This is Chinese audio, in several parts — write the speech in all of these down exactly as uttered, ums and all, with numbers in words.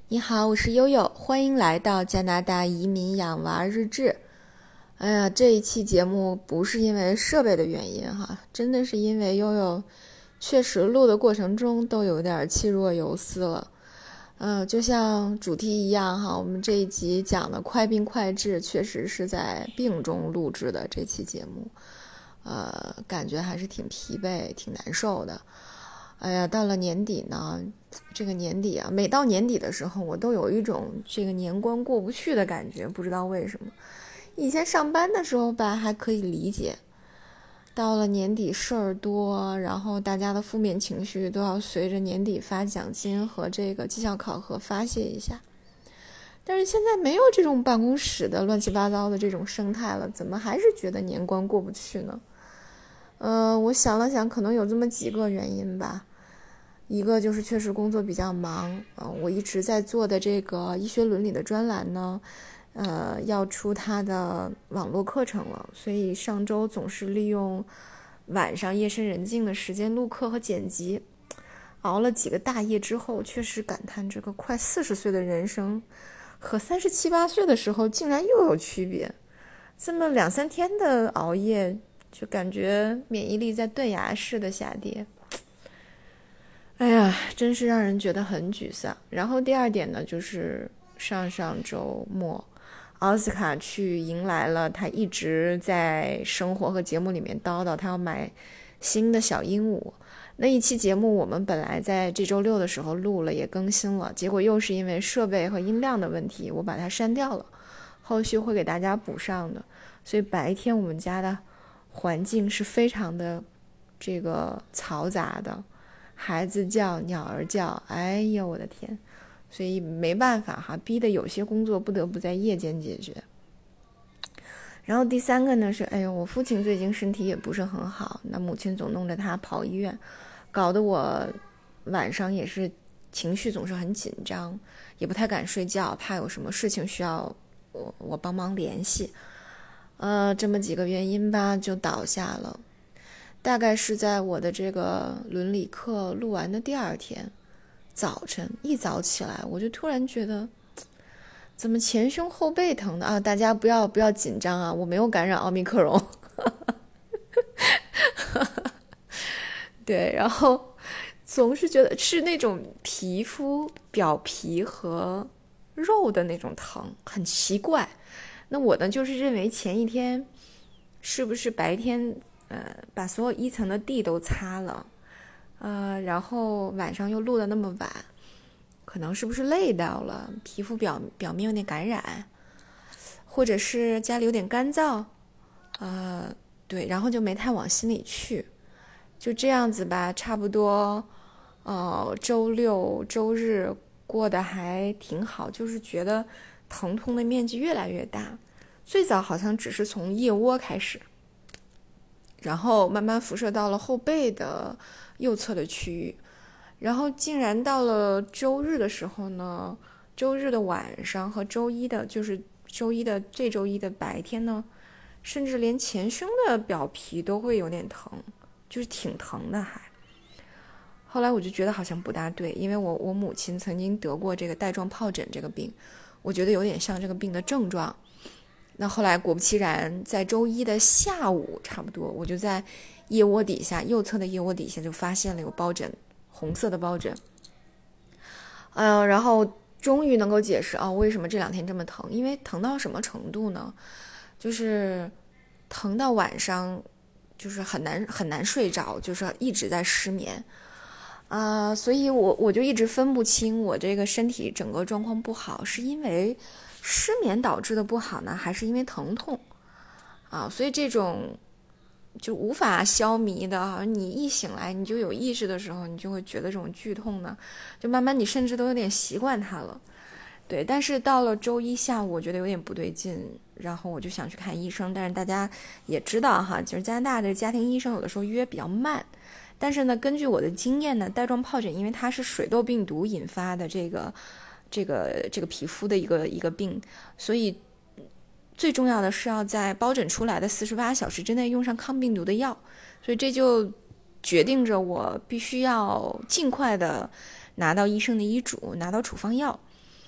你好，我是悠悠，欢迎来到加拿大移民养娃日志。哎呀，这一期节目不是因为设备的原因哈，真的是因为悠悠确实录的过程中都有点气若游丝了。嗯、呃，就像主题一样哈，我们这一集讲的快病快治，确实是在病中录制的这期节目，呃，感觉还是挺疲惫、挺难受的。哎呀，到了年底呢，这个年底啊，每到年底的时候，我都有一种这个年关过不去的感觉，不知道为什么。以前上班的时候吧，还可以理解，到了年底事儿多，然后大家的负面情绪都要随着年底发奖金和这个绩效考核发泄一下。但是现在没有这种办公室的乱七八糟的这种生态了，怎么还是觉得年关过不去呢？呃，我想了想，可能有这么几个原因吧。一个就是确实工作比较忙，呃，我一直在做的这个医学伦理的专栏呢，呃，要出它的网络课程了，所以上周总是利用晚上夜深人静的时间录课和剪辑，熬了几个大夜之后，确实感叹这个快四十岁的人生和三十七八岁的时候竟然又有区别。这么两三天的熬夜，就感觉免疫力在断崖式的下跌。哎呀，真是让人觉得很沮丧。然后第二点呢，就是上上周末，奥斯卡去迎来了他一直在生活和节目里面叨叨他要买新的小鹦鹉。那一期节目我们本来在这周六的时候录了，也更新了，结果又是因为设备和音量的问题，我把它删掉了，后续会给大家补上的。所以白天我们家的环境是非常的这个嘈杂的，孩子叫，鸟儿叫，哎呀我的天，所以没办法哈，逼得有些工作不得不在夜间解决。然后第三个呢是，哎呦，我父亲最近身体也不是很好，那母亲总弄着他跑医院，搞得我晚上也是情绪总是很紧张，也不太敢睡觉，怕有什么事情需要我我帮忙联系。呃，这么几个原因吧，就倒下了。大概是在我的这个伦理课录完的第二天早晨，一早起来我就突然觉得怎么前胸后背疼的啊！大家不要不要紧张啊，我没有感染奥密克戎。对，然后总是觉得是那种皮肤表皮和肉的那种疼，很奇怪。那我呢，就是认为前一天是不是白天呃把所有一层的地都擦了，呃，然后晚上又录的那么晚，可能是不是累到了，皮肤表表面有点感染，或者是家里有点干燥，呃，对，然后就没太往心里去，就这样子吧，差不多，呃，周六周日过得还挺好，就是觉得疼痛的面积越来越大，最早好像只是从腋窝开始，然后慢慢辐射到了后背的右侧的区域，然后竟然到了周日的时候呢，周日的晚上和周一的，就是周一的这周一的白天呢，甚至连前胸的表皮都会有点疼，就是挺疼的还。后来我就觉得好像不大对，因为我我母亲曾经得过这个带状疱疹这个病，我觉得有点像这个病的症状。那后来果不其然，在周一的下午差不多，我就在腋窝底下，右侧的腋窝底下就发现了有疱疹，红色的疱疹。呃，然后终于能够解释啊、哦，为什么这两天这么疼？因为疼到什么程度呢？就是疼到晚上，就是很难很难睡着，就是一直在失眠。啊、呃，所以我我就一直分不清我这个身体整个状况不好，是因为失眠导致的不好呢，还是因为疼痛啊？所以这种就无法消弭的，你一醒来你就有意识的时候，你就会觉得这种剧痛呢，就慢慢你甚至都有点习惯它了。对，但是到了周一下午，我觉得有点不对劲，然后我就想去看医生。但是大家也知道哈，就是加拿大的家庭医生有的时候约比较慢。但是呢，根据我的经验呢，带状疱疹因为它是水痘病毒引发的这个这个这个皮肤的一个一个病，所以最重要的是要在疱疹出来的四十八小时之内用上抗病毒的药。所以这就决定着我必须要尽快的拿到医生的医嘱，拿到处方药。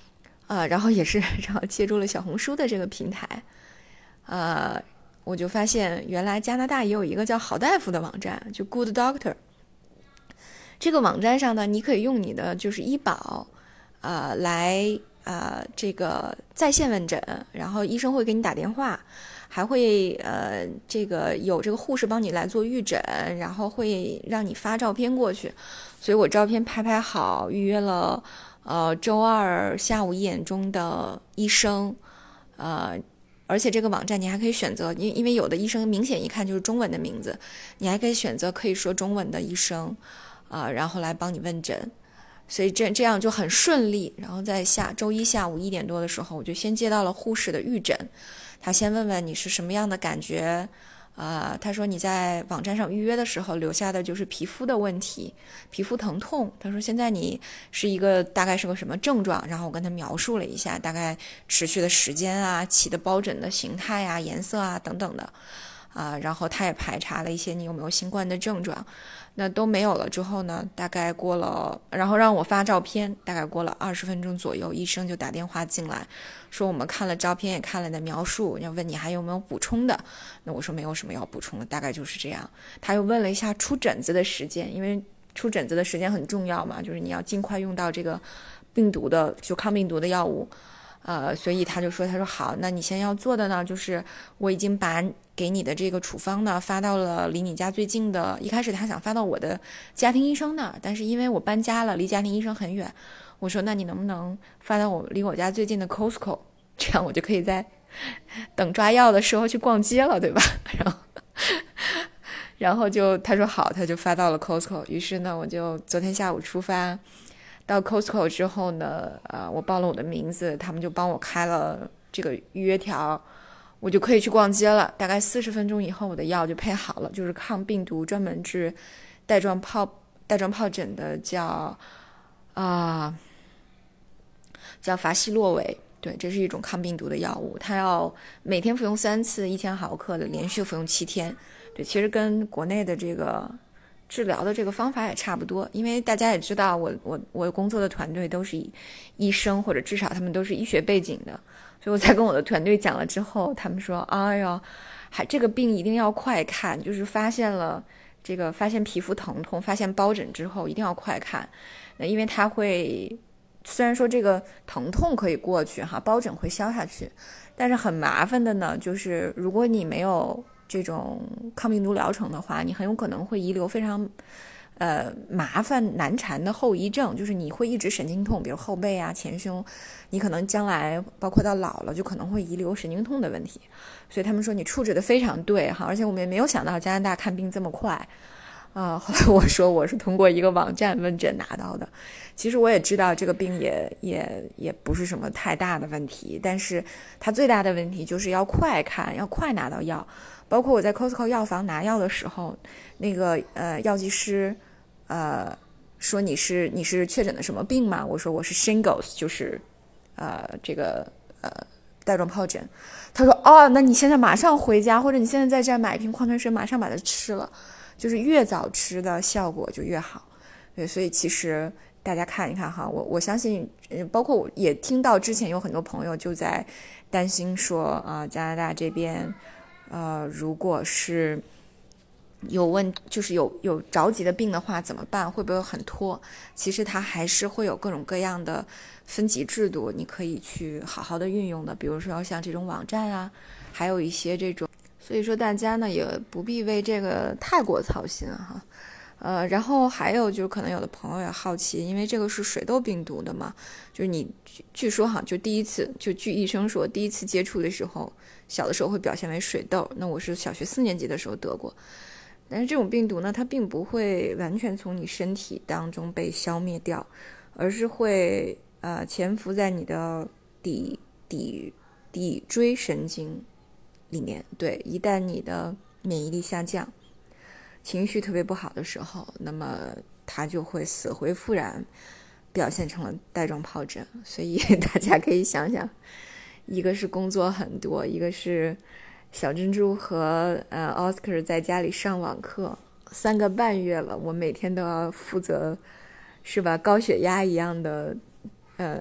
呃，然后也是正好借助了小红书的这个平台，呃，我就发现原来加拿大也有一个叫好大夫的网站，就 Good Doctor。这个网站上呢，你可以用你的就是医保，呃，来呃这个在线问诊，然后医生会给你打电话，还会呃这个有这个护士帮你来做预诊，然后会让你发照片过去。所以我照片拍拍好，预约了呃周二下午一点钟的医生，呃。而且这个网站你还可以选择，因因为有的医生明显一看就是中文的名字，你还可以选择可以说中文的医生，啊、呃，然后来帮你问诊，所以这这样就很顺利。然后在下周一下午一点多的时候，我就先接到了护士的预诊，他先问问你是什么样的感觉。呃，他说你在网站上预约的时候留下的就是皮肤的问题，皮肤疼痛。他说现在你是一个大概是个什么症状，然后我跟他描述了一下大概持续的时间啊，起的包疹的形态啊，颜色啊等等的，啊、呃，然后他也排查了一些你有没有新冠的症状。那都没有了之后呢，大概过了，然后让我发照片，大概过了二十分钟左右，医生就打电话进来，说我们看了照片，也看了你的描述，要问你还有没有补充的。那我说没有什么要补充的，大概就是这样。他又问了一下出疹子的时间，因为出疹子的时间很重要嘛，就是你要尽快用到这个病毒的就抗病毒的药物。呃，所以他就说，他说好，那你先要做的呢，就是我已经把给你的这个处方呢发到了离你家最近的，一开始他想发到我的家庭医生那儿，但是因为我搬家了，离家庭医生很远，我说那你能不能发到我离我家最近的 Costco， 这样我就可以在等抓药的时候去逛街了，对吧？然后然后就他说好，他就发到了 Costco， 于是呢我就昨天下午出发。到 Costco 之后呢，呃，我报了我的名字，他们就帮我开了这个预约条，我就可以去逛街了。大概四十分钟以后，我的药就配好了，就是抗病毒专门治带状疱带状疱疹的叫，啊、呃、叫伐西洛韦。对，这是一种抗病毒的药物，它要每天服用三次，一千毫克的，连续服用七天。对，其实跟国内的这个治疗的这个方法也差不多，因为大家也知道我我我工作的团队都是医生，或者至少他们都是医学背景的，所以我在跟我的团队讲了之后，他们说哎呦，还这个病一定要快看，就是发现了这个发现皮肤疼痛，发现包疹之后一定要快看，那因为它会虽然说这个疼痛可以过去哈，包疹会消下去，但是很麻烦的呢，就是如果你没有这种抗病毒疗程的话，你很有可能会遗留非常呃麻烦难缠的后遗症，就是你会一直神经痛，比如后背啊、前胸，你可能将来包括到老了就可能会遗留神经痛的问题。所以他们说你处置的非常对哈，而且我们也没有想到加拿大看病这么快啊、呃。后来我说我是通过一个网站问诊拿到的，其实我也知道这个病也也也不是什么太大的问题，但是它最大的问题就是要快看，要快拿到药。包括我在 Costco 药房拿药的时候，那个呃药剂师呃说你是你是确诊的什么病吗？我说我是 shingles， 就是呃这个呃带状疱疹。他说哦，那你现在马上回家，或者你现在在这儿买一瓶矿泉水，马上把它吃了，就是越早吃的效果就越好。对，所以其实大家看一看哈，我我相信，包括我也听到之前有很多朋友就在担心说啊、呃，加拿大这边。呃，如果是有问，就是有有着急的病的话怎么办？会不会很拖？其实它还是会有各种各样的分级制度，你可以去好好的运用的。比如说像这种网站啊，还有一些这种，所以说大家呢也不必为这个太过操心哈。呃，然后还有就是可能有的朋友也好奇，因为这个是水痘病毒的嘛，就是你据说哈，就第一次就据医生说，第一次接触的时候，小的时候会表现为水痘。那我是小学四年级的时候得过，但是这种病毒呢，它并不会完全从你身体当中被消灭掉，而是会呃潜伏在你的底底底椎神经里面。对，一旦你的免疫力下降，情绪特别不好的时候，那么它就会死灰复燃，表现成了带状疱疹。所以大家可以想想，一个是工作很多，一个是小珍珠和呃 Oscar 在家里上网课三个半月了，我每天都要负责是吧高血压一样的呃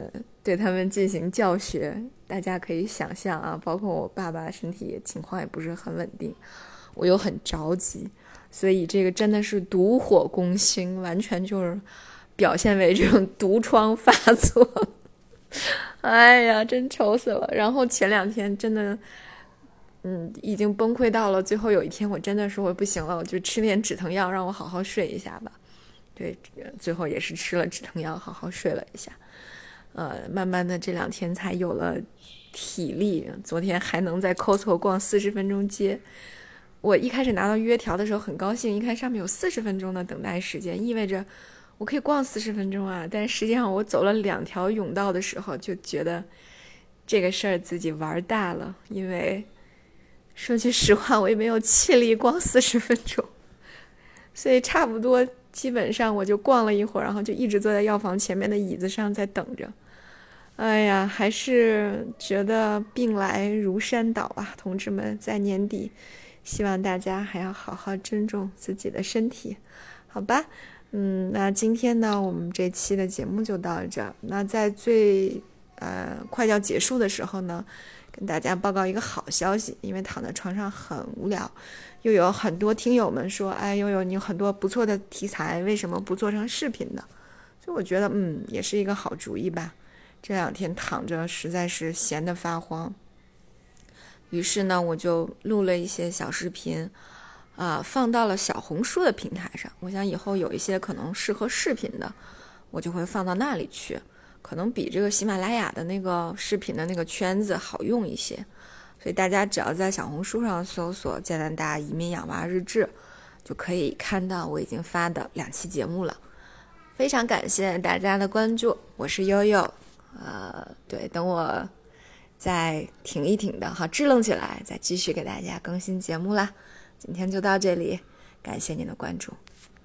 对他们进行教学。大家可以想象啊，包括我爸爸身体情况也不是很稳定，我又很着急，所以这个真的是毒火攻心，完全就是表现为这种毒疮发作。哎呀，真愁死了。然后前两天真的嗯，已经崩溃到了最后有一天我真的说我不行了，我就吃点止疼药让我好好睡一下吧。对，最后也是吃了止疼药好好睡了一下。呃，慢慢的这两天才有了体力，昨天还能在 Costco 逛四十分钟街。我一开始拿到预约条的时候很高兴，一看上面有四十分钟的等待时间，意味着我可以逛四十分钟啊。但实际上我走了两条甬道的时候就觉得这个事儿自己玩大了，因为说句实话我也没有气力逛四十分钟，所以差不多基本上我就逛了一会儿，然后就一直坐在药房前面的椅子上在等着。哎呀，还是觉得病来如山倒啊，同志们，在年底希望大家还要好好珍重自己的身体，好吧？嗯，那今天呢我们这期的节目就到这儿。那在最呃快要结束的时候呢，跟大家报告一个好消息，因为躺在床上很无聊，又有很多听友们说，哎，悠悠你有很多不错的题材，为什么不做成视频呢？所以我觉得嗯也是一个好主意吧。这两天躺着实在是闲得发慌，于是呢我就录了一些小视频啊、呃，放到了小红书的平台上。我想以后有一些可能适合视频的我就会放到那里去，可能比这个喜马拉雅的那个视频的那个圈子好用一些。所以大家只要在小红书上搜索加拿大移民养娃日志，就可以看到我已经发的两期节目了。非常感谢大家的关注，我是悠悠。呃，对，等我再挺一挺的哈，支棱起来，再继续给大家更新节目啦。今天就到这里，感谢您的关注。